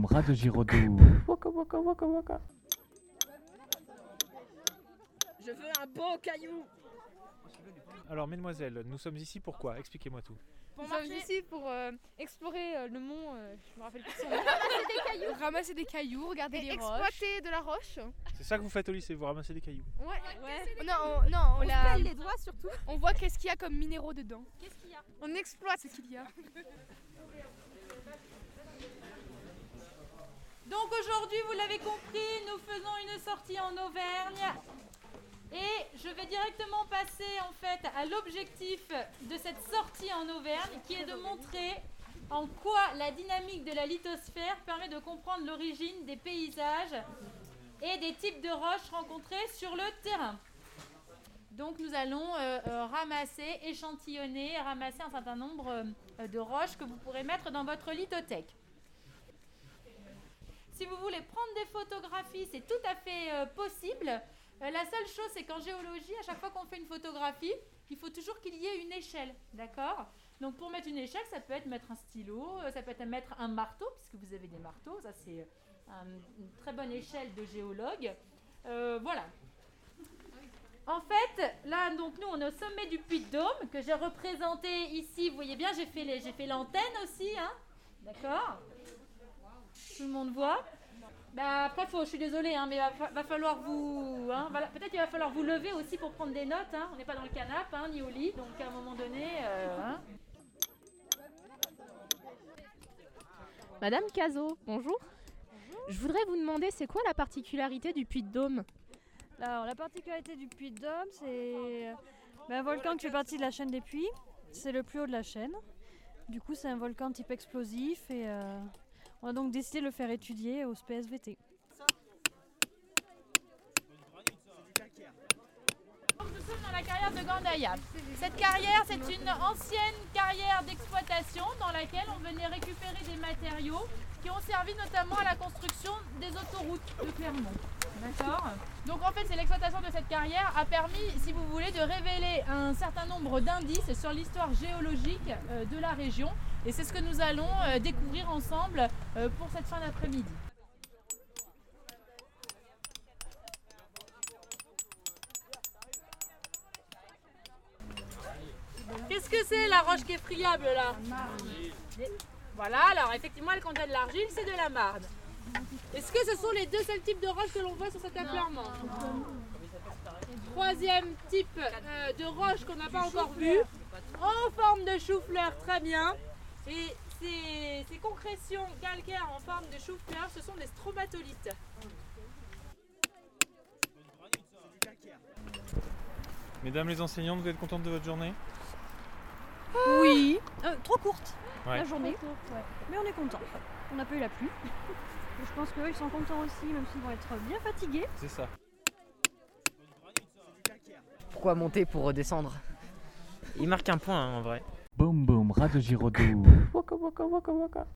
boum, ras de Giraudoux. Waka waka waka waka. Je veux un beau caillou. Alors, mesdemoiselles, nous sommes ici pourquoi? Expliquez-moi tout. Nous sommes ici pour explorer le mont, je me rappelle plus son nom. Ramasser des cailloux. Ramasser des cailloux, regarder les roches. Exploiter de la roche. C'est ça que vous faites au lycée, vous ramassez des cailloux? Ouais. Non, on la... les doigts surtout. On voit qu'est-ce qu'il y a comme minéraux dedans. Qu'est-ce qu'il y a? On exploite ce qu'il y a. Donc aujourd'hui, vous l'avez compris, nous faisons une sortie en Auvergne. Et je vais directement passer en fait à l'objectif de cette sortie en Auvergne, qui est de montrer en quoi la dynamique de la lithosphère permet de comprendre l'origine des paysages et des types de roches rencontrés sur le terrain. Donc nous allons ramasser, échantillonner, ramasser un certain nombre de roches que vous pourrez mettre dans votre lithothèque. Si vous voulez prendre des photographies, c'est tout à fait possible. La seule chose, c'est qu'en géologie, à chaque fois qu'on fait une photographie, il faut toujours qu'il y ait une échelle, d'accord? Donc pour mettre une échelle, ça peut être mettre un stylo, ça peut être mettre un marteau, puisque vous avez des marteaux, ça c'est une très bonne échelle de géologue. Voilà. En fait, là, donc nous, on est au sommet du Puy-de-Dôme, que j'ai représenté ici. Vous voyez bien, j'ai fait l'antenne aussi, hein? D'accord? Tout le monde voit. Bah après, je suis désolée, hein, mais va falloir vous... Hein, voilà, peut-être qu'il va falloir vous lever aussi pour prendre des notes. Hein. On n'est pas dans le canapé, hein, ni au lit, donc à un moment donné... Hein. Madame Cazot, bonjour. Je voudrais vous demander, c'est quoi la particularité du Puy-de-Dôme? Alors, la particularité du Puy-de-Dôme, c'est un volcan qui fait partie de la chaîne des Puys. C'est le plus haut de la chaîne. Du coup, c'est un volcan type explosif et on a donc décidé de le faire étudier au SPSVT. Nous sommes dans la carrière de Gandaya. Cette carrière, c'est une ancienne carrière d'exploitation dans laquelle on venait récupérer des matériaux qui ont servi notamment à la construction des autoroutes de Clermont. D'accord. Donc en fait, c'est l'exploitation de cette carrière a permis, si vous voulez, de révéler un certain nombre d'indices sur l'histoire géologique de la région. Et c'est ce que nous allons découvrir ensemble pour cette fin d'après-midi. Qu'est-ce que c'est la roche qui est friable là? Voilà, alors effectivement elle contient de l'argile, c'est de la marne. Est-ce que ce sont les deux seuls types de roches que l'on voit sur cet affleurement? Troisième type de roche qu'on n'a pas encore vu, en forme de chou-fleur, très bien. Et ces concrétions calcaires en forme de chou-fleur, ce sont des stromatolites. Mesdames les enseignantes, vous êtes contentes de votre journée? Oui, trop courte Ouais. la journée, mais on est content. On n'a pas eu la pluie. Et je pense qu'eux, ils sont contents aussi, même s'ils vont être bien fatigués. C'est ça. Pourquoi monter pour redescendre? Il marque un point hein, en vrai. Boum boum, ras de Giraudoux. Waka waka waka waka.